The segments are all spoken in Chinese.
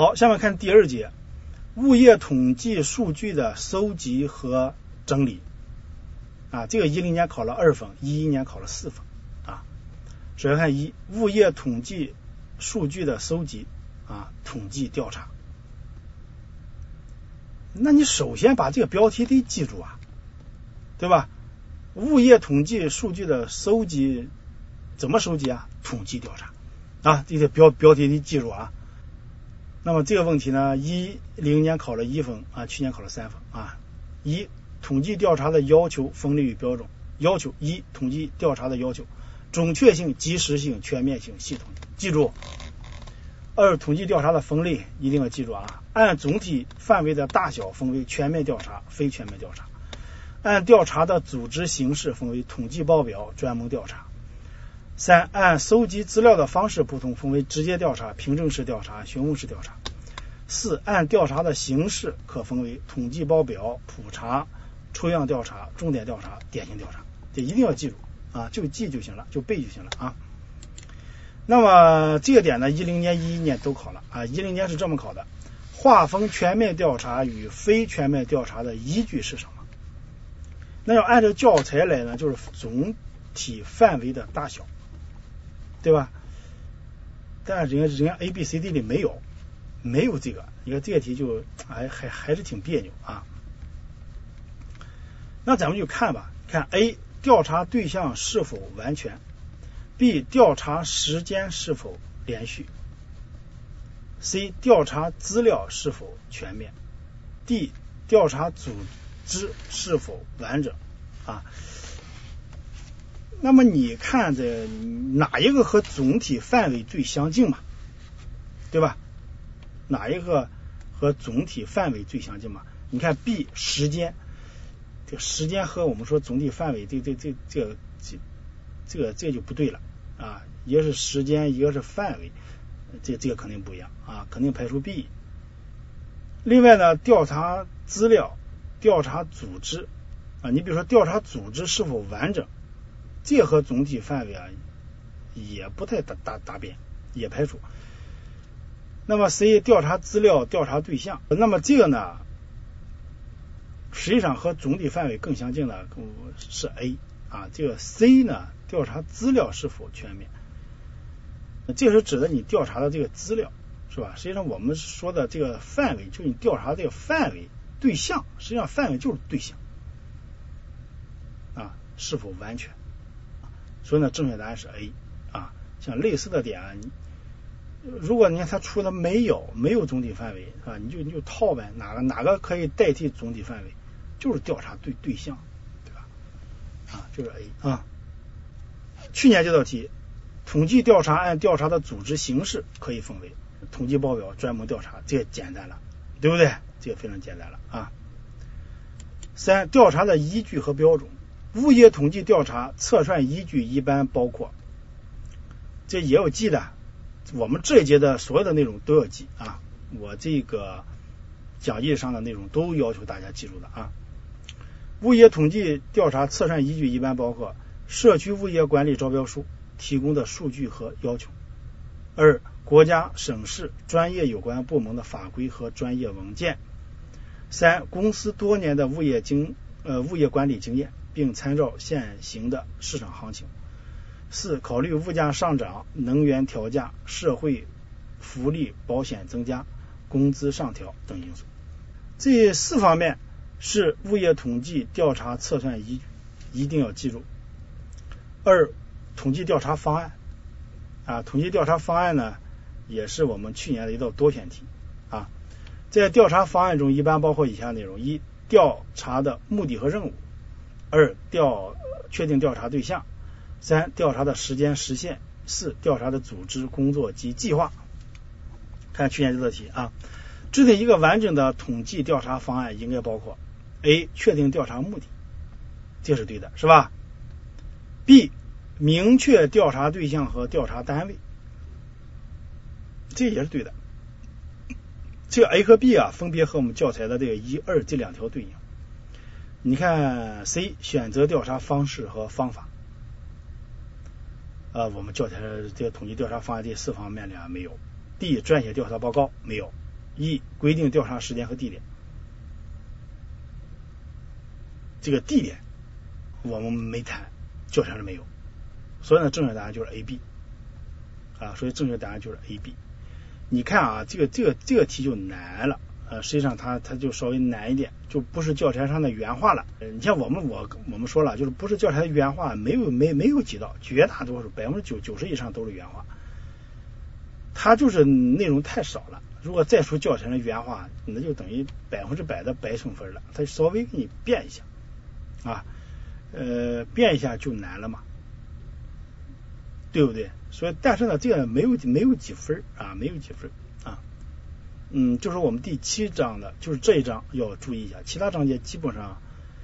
好，下面看第二节，物业统计数据的搜集和整理。这个10年考了2分，11年考了4分。首先看物业统计数据的搜集统计调查。那你首先把这个标题得记住对吧？物业统计数据的搜集怎么收集统计调查这个标题得记住那么这个问题呢，10年考了1分去年考了3分统计调查的要求、分类与标准。要求统计调查的要求：准确性、及时性、全面性、系统。记住。2统计调查的分类一定要记住按总体范围的大小分为全面调查、非全面调查。按调查的组织形式分为统计报表、专门调查。3按搜集资料的方式不同，分为直接调查、凭证式调查、询问式调查。4按调查的形式可分为统计报表、普查、抽样调查、重点调查、典型调查。这一定要记住就记就行了，就背就行了那么这个点呢，10年、11年都考了10年是这么考的：划分全面调查与非全面调查的依据是什么？那要按照教材来呢，就是总体范围的大小，对吧？但是人家 ABCD 里没有这个，你看这个题就还是挺别扭那咱们就看吧，看 A 调查对象是否完全， B 调查时间是否连续， C 调查资料是否全面， D 调查组织是否完整那么你看这哪一个和总体范围最相近嘛？对吧？哪一个和总体范围最相近嘛？你看 B 时间，这个时间和我们说总体范围这个就不对了一个是时间，一个是范围，这个肯定不一样肯定排除 B。 另外呢，调查资料、调查组织你比如说调查组织是否完整，这和总体范围也不太搭边，也排除。那么 C 调查资料、调查对象，那么这个呢实际上和总体范围更相近的是 A 这个 C 呢，调查资料是否全面，这是指的你调查的这个资料，是吧？实际上我们说的这个范围就是你调查的这个范围，对象实际上范围就是对象是否完全所以呢正确答案是 A 像类似的点如果你看它出的没有总体范围你就套呗，哪个可以代替总体范围，就是调查对象，对吧就是 A 去年这道题，统计调查按调查的组织形式可以分为统计报表、专门调查，这个简单了，对不对？这个非常简单了3调查的依据和标准。物业统计调查测算依据一般包括，这也要记的，我们这一节的所有的内容都要记我这个讲义上的内容都要求大家记住的物业统计调查测算依据一般包括社区物业管理招标书提供的数据和要求。2国家、省市、专业有关部门的法规和专业文件。3公司多年的物业管理经验，并参照现行的市场行情。4考虑物价上涨、能源调价、社会福利保险增加、工资上调等因素。这4方面是物业统计调查测算依据，一定要记住。2统计调查方案统计调查方案呢也是我们去年的一道多选题在调查方案中一般包括以下内容： 1调查的目的和任务。2确定调查对象。3调查的时间时限。4调查的组织、工作及计划。看去年这道题制定一个完整的统计调查方案应该包括 A 确定调查目的，这是对的，是吧？ B 明确调查对象和调查单位，这也是对的。这个 A 和 B 分别和我们教材的这个1、2这2条对应。你看 C 选择调查方式和方法我们教材的这个统计调查方案这4方面里没有。 D 撰写调查报告没有一、规定调查时间和地点。这个地点我们没谈，教材上没有，所以呢，正确答案就是 A、B 啊，所以正确答案就是 A、B。你看啊，这个题就难了，实际上它就稍微难一点，就不是教材上的原话了。你像我们说了，就是不是教材的原话，没有几道，绝大多数90%以上都是原话，它就是内容太少了。如果再出教材的原话，那就等于100%的白送分了。它稍微给你变一下啊，变一下就难了嘛，对不对？所以，但是呢，这个没有几分啊，没有几分啊。就是我们第7章的，就是这一章要注意一下，其他章节基本上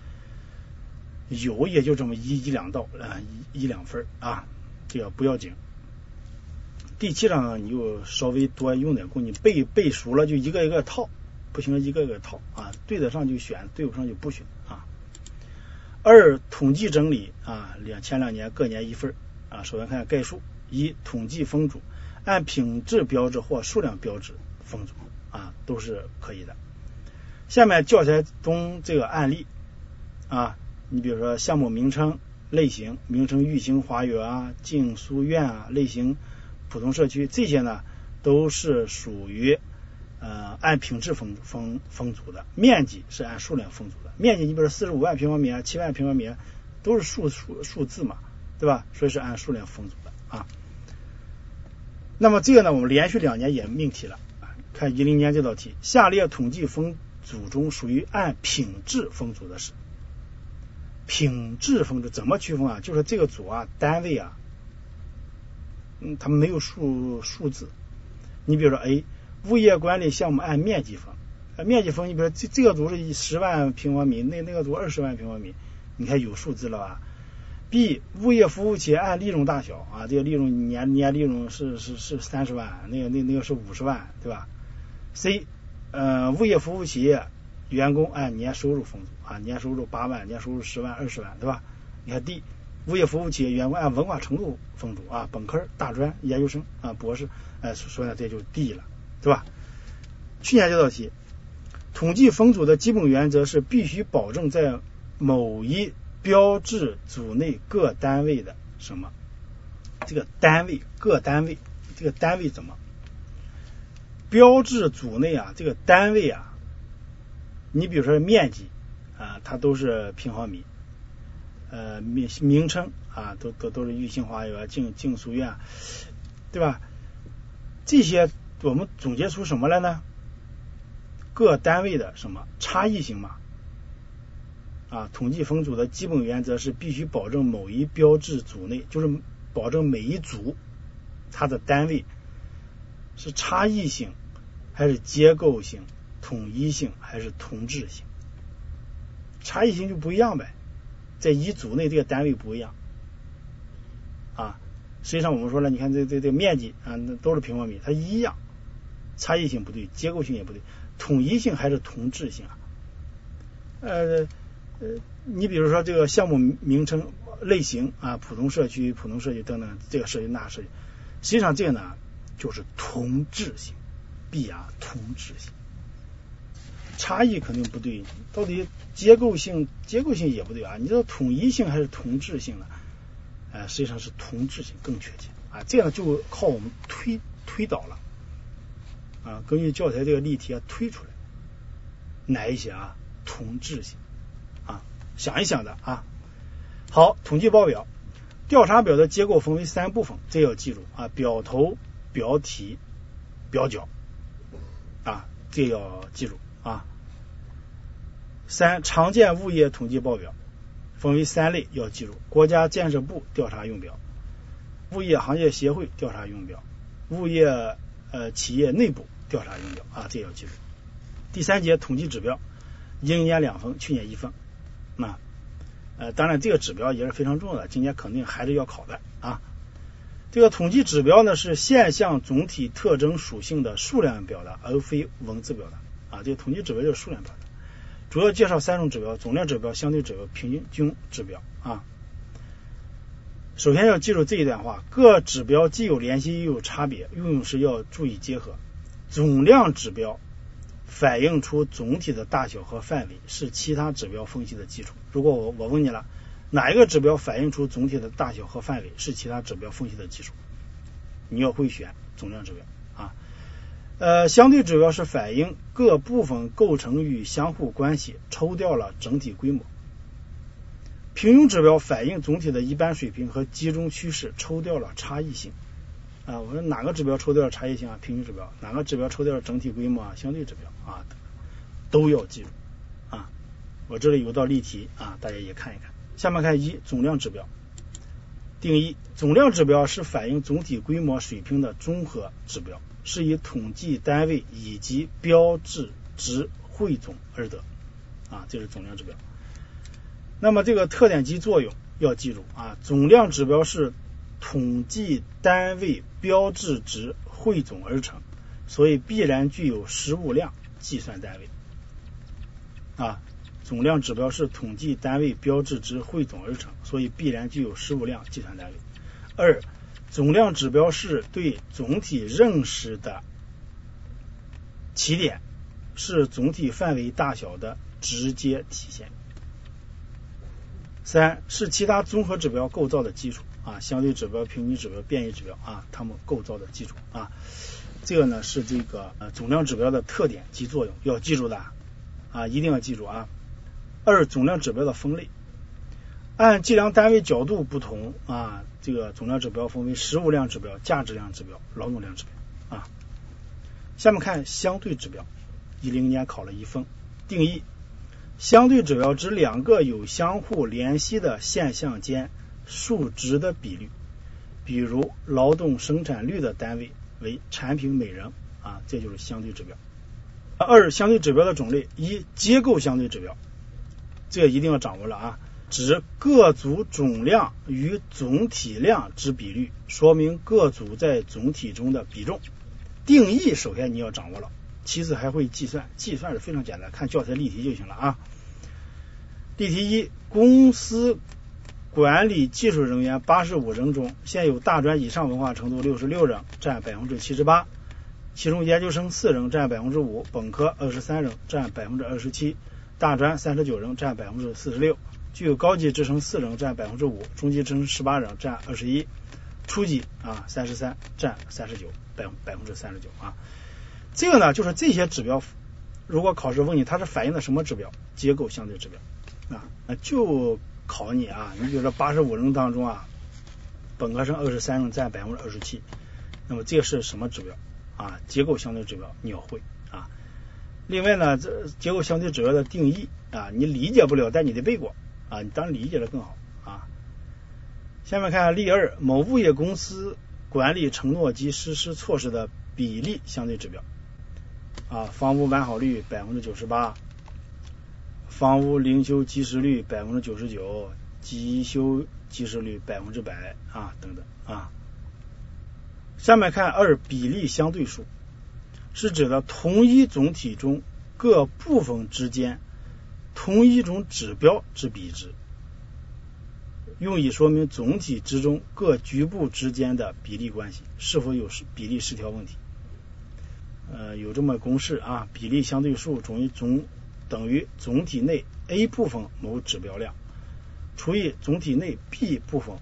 有也就这么一两道一两分啊，这个不要紧。第7章呢，你就稍微多用点功，你背熟了就一个一个套，不行一个一个套啊，对得上就选，对不上就不选啊。2、统计整理啊，前2年各年1分啊。首先看概述：一、统计分组，按品质标志或数量标志分组啊，都是可以的。下面教材中这个案例啊，你比如说项目名称、类型、名称育兴花园啊、静书院啊、类型普通社区，这些呢都是属于按品质分组的，面积是按数量分组的。面积你比如说45万平方米啊、7万平方米啊，都是数字嘛，对吧？所以是按数量分组的啊。那么这个呢，我们连续2年也命题了，看10年这道题，下列统计分组中属于按品质分组的是。品质分组怎么区分啊？就是这个组啊，单位啊，它没有数字。你比如说 A 物业管理项目按面积分，面积分，你比如说这个组是10万平方米，那个组20万平方米，你看有数字了吧？B 物业服务企业按利润大小啊，这个利润年利润是30万，那个是50万，对吧？C 物业服务企业员工按年收入分组啊，年收入8万，年收入10万、20万，对吧？你看 D 物业服务企业员工按文化程度分组啊，本科、大专、研究生啊、博士，所以呢这就是 D 了，对吧？去年这道题，统计分组的基本原则是必须保证在某一标志组内各单位的什么？这个单位各单位，这个单位怎么？标志组内啊，这个单位啊，你比如说面积啊，它都是平方米，名称啊，都是育兴花园、静书院，对吧？这些我们总结出什么来呢？各单位的什么差异性嘛？啊，统计分组的基本原则是必须保证某一标志组内，就是保证每一组它的单位是差异性还是结构性、统一性还是同质性。差异性就不一样呗，在一组内这个单位不一样啊。实际上我们说了，你看这个面积啊，那都是平方米，它一样，差异性不对，结构性也不对，统一性还是同质性啊？你比如说这个项目名称、类型啊，普通社区等等，这个社区那社区，实际上这个呢就是同质性 ，B 啊，同质性，差异肯定不对，到底结构性也不对啊，你知道统一性还是同质性呢？实际上是同质性更确切啊，这样就靠我们推导了啊，根据教材这个例题啊推出来哪一些啊同质性啊，想一想的啊。好，统计报表，调查表的结构分为3部分，这要记住啊，表头、表体、表角啊，这要记住啊。3、常见物业统计报表分为3类，要记住：国家建设部调查用表、物业行业协会调查用表、物业企业内部调查用表啊，这要记住。第3节统计指标，今年2分，去年1分。那当然这个指标也是非常重要的，今年肯定还是要考的啊。这个统计指标呢是现象总体特征属性的数量表达，而非文字表达啊。这个统计指标就是数量表达，主要介绍3种指标：总量指标、相对指标、平均指标啊。首先要记住这一段话，各指标既有联系又有差别，运用时要注意结合。总量指标反映出总体的大小和范围，是其他指标分析的基础。如果我问你了，哪一个指标反映出总体的大小和范围，是其他指标分析的基础？你要会选总量指标啊。相对指标是反映各部分构成与相互关系，抽掉了整体规模。平庸指标反映总体的一般水平和集中趋势，抽掉了差异性啊。我说哪个指标抽掉了差异性啊？平庸指标。哪个指标抽掉了整体规模啊？相对指标啊，都要记住啊。我这里有道例题啊，大家也看一看。下面看一，总量指标。定义：总量指标是反映总体规模水平的综合指标，是以统计单位以及标志值汇总而得啊，这是总量指标。那么这个特点及作用要记住啊，总量指标是统计单位标志值汇总而成，所以必然具有实物量计算单位啊。总量指标是统计单位标志值汇总而成，所以必然具有实物量计算单位。二，总量指标是对总体认识的起点，是总体范围大小的直接体现。三，是其他综合指标构造的基础啊，相对指标、平均指标、变异指标啊，它们构造的基础啊。这个呢是这个总量指标的特点及作用要记住的啊，一定要记住啊。二，总量指标的分类，按计量单位角度不同啊，这个总量指标分为实物量指标、价值量指标、劳动量指标啊。下面看相对指标，10年考了1分。定义：相对指标指两个有相互联系的现象间数值的比率，比如劳动生产率的单位为产品每人啊，这就是相对指标。二，相对指标的种类。一，结构相对指标，这个一定要掌握了啊，指各组总量与总体量之比率，说明各组在总体中的比重。定义首先你要掌握了，其次还会计算，计算是非常简单，看教材例题就行了啊。例题一，公司管理技术人员85人中，现有大专以上文化程度66人，占 78%， 其中研究生4人，占 5%， 本科23人，占 27%，大专39人，占 46%， 具有高级职称4人，占 5%， 中级职称18人，占 21%， 初级33，占 39%啊。这个呢就是这些指标，如果考试问你它是反映的什么指标，结构相对指标啊，就考你啊，你比如说85人当中啊，本科生23人，占 27%， 那么这是什么指标啊？结构相对指标你要会啊。另外呢，这结构相对指标的定义啊，你理解不了，但你得背过啊，你当然理解的更好啊。下面看例二，某物业公司管理承诺及实施措施的比例相对指标啊，房屋完好率 98%， 房屋零修及时率 99%， 急修及时率 100%啊等等啊。下面看二，比例相对数，是指的同一总体中各部分之间同一种指标之比值，用以说明总体之中各局部之间的比例关系是否有比例失调问题。有这么公式啊，比例相对数等于总体内 A 部分某指标量除以总体内 B 部分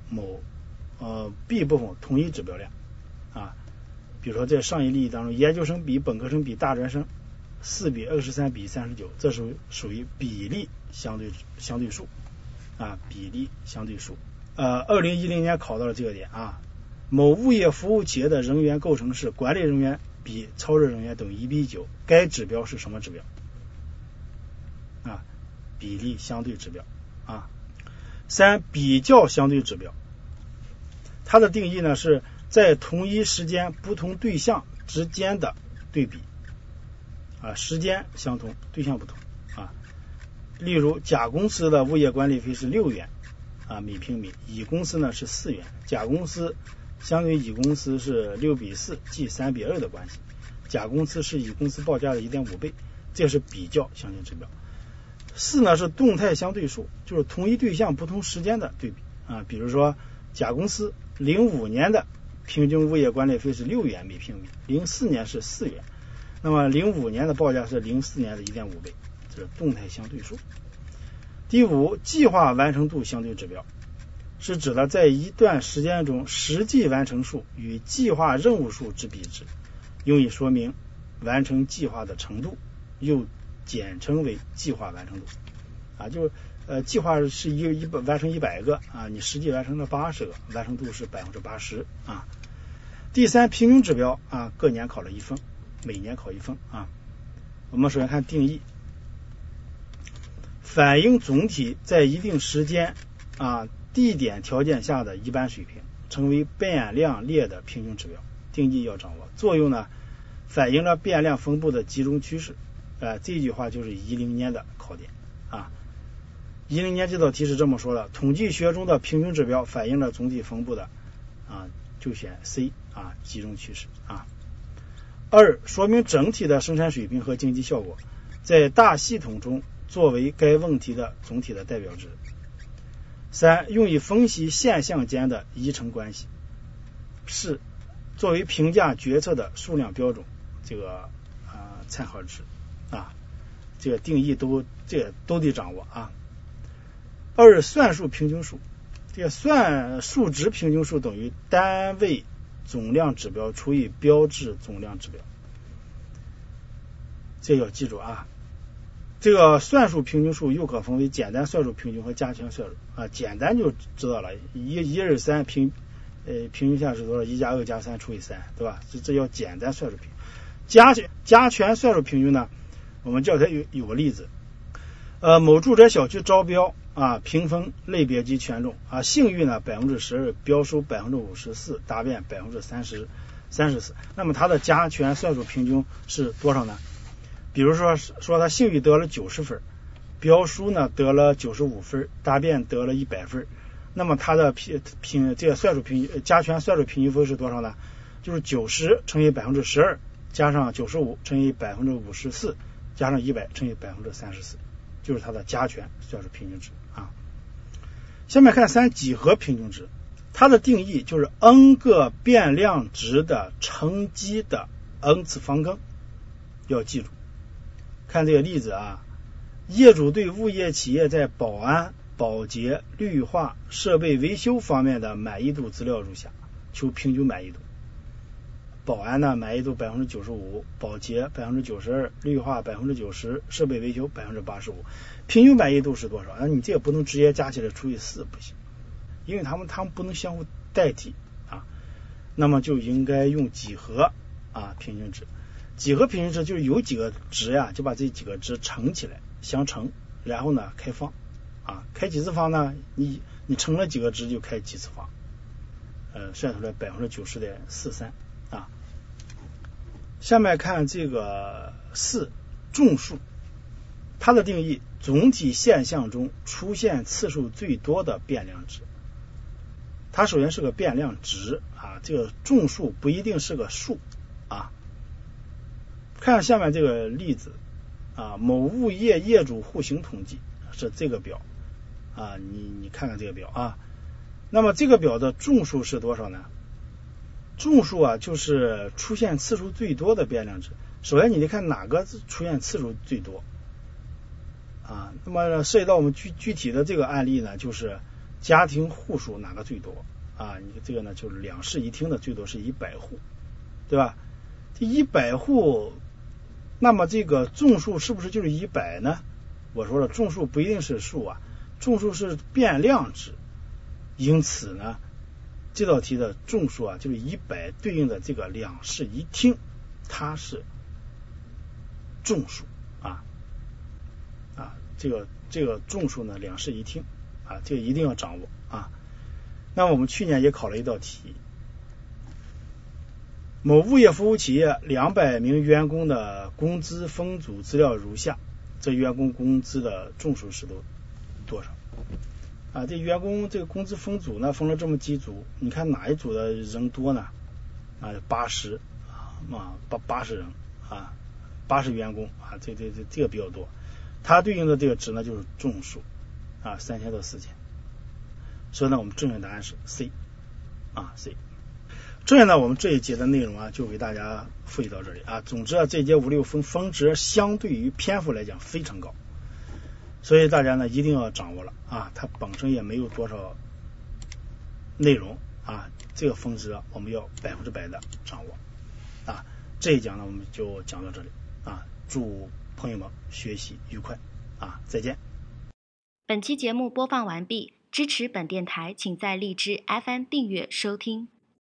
B 部分同一指标量啊。比如说在上一例当中，研究生比本科生比大专生4比23比39，这属于比例相对数啊，比例相对数。2010年考到了这个点啊，某物业服务企业的人员构成是管理人员比操作人员等于1比9，该指标是什么指标啊？比例相对指标啊。三，比较相对指标，它的定义呢是在同一时间不同对象之间的对比啊，时间相同，对象不同啊。例如甲公司的物业管理费是6元啊每平米，乙公司呢是4元，甲公司相对于乙公司是6比4即3比2的关系，甲公司是乙公司报价的 1.5 倍，这是比较相对指标。四呢是动态相对数，就是同一对象不同时间的对比啊。比如说甲公司05年的平均物业管理费是6元每平米，04年是4元， 那么05年的报价是04年的 1.5 倍，这是动态相对数。第5，计划完成度相对指标，是指的在一段时间中实际完成数与计划任务数之比值，用以说明完成计划的程度，又简称为计划完成度。计划是完成100个啊，你实际完成了80个，完成度是80%啊。第3，平均指标啊，各年考了1分，每年考1分啊。我们首先看定义，反映总体在一定时间啊地点条件下的一般水平，成为变量列的平均指标。定义要掌握。作用呢，反映了变量分布的集中趋势。这句话就是10年的考点啊。10年这道题是这么说的：统计学中的平均指标反映了总体分布的啊，就选 C 啊，集中趋势啊。2，说明整体的生产水平和经济效果，在大系统中作为该问题的总体的代表值。3，用以分析现象间的依乘关系，是作为评价决策的数量标准这个参考值啊，这个定义都得掌握啊。2，算术平均数，这个算数值平均数等于单位总量指标除以标志总量指标，这要记住啊。这个算术平均数又可分为简单算术平均和加权算术啊。简单就知道了，1、2、3平均下是多少？1加2加3除以3，对吧？这叫简单算术平均。加权算术平均呢，我们教材有个例子，某住宅小区招标啊，评分类别及权重啊，信誉呢12%，标书54%，答辩34%。那么它的加权算术平均是多少呢？比如说他信誉得了90分，标书呢得了95分，答辩得了100分，那么它的这个算术加权算术平均分是多少呢？就是90乘以12%加上95乘以54%加上100乘以34%，就是它的加权算术平均值啊。下面看3，几何平均值，它的定义就是 n 个变量值的乘积的 n 次方根，要记住。看这个例子啊，业主对物业企业在保安、保洁、绿化、设备维修方面的满意度资料如下，求平均满意度。保安呢，满意度95%，保洁92%，绿化90%，设备维修85%。平均满意度是多少？那你这个不能直接加起来除以4，不行，因为他们不能相互代替啊。那么就应该用几何啊平均值。几何平均值就是有几个值呀，就把这几个值乘起来，相乘，然后呢开方啊，开几次方呢？你乘了几个值就开几次方，算出来90.43啊。下面看这个4，众数，它的定义：总体现象中出现次数最多的变量值。它首先是个变量值啊，这个众数不一定是个数啊。看下面这个例子啊，某物业业主户型统计是这个表啊，你看看这个表啊。那么这个表的众数是多少呢？众数啊，就是出现次数最多的变量值。首先你得看哪个出现次数最多啊。那么涉及到我们具体的这个案例呢，就是家庭户数哪个最多啊？你这个呢就是2室1厅的最多是100户，对吧？这100户，那么这个众数是不是就是100呢？我说了，众数不一定是数啊，众数是变量值，因此呢，这道题的众数啊，就是100对应的这个2室1厅，它是众数啊，这个众数呢2室1厅啊，这个一定要掌握啊。那我们去年也考了一道题，某物业服务企业200名员工的工资分组资料如下，这员工工资的众数是多少啊？这员工这个工资分组呢，分了这么几组，你看哪一组的人多呢？啊，80啊，80人啊，80员工啊，这个比较多，它对应的这个值呢就是众数啊，3000到4000。所以呢，我们正确答案是 C 啊 C。 这样呢，我们这一节的内容啊，就给大家复习到这里啊。总之啊，这一节五六峰值相对于篇幅来讲非常高，所以大家呢一定要掌握了啊。它本身也没有多少内容啊，这个峰值我们要100%的掌握啊。这一讲呢，我们就讲到这里啊。祝朋友们学习愉快啊！再见。 本期节目播放完毕，支持本电台，请在荔枝 FM 订阅收听。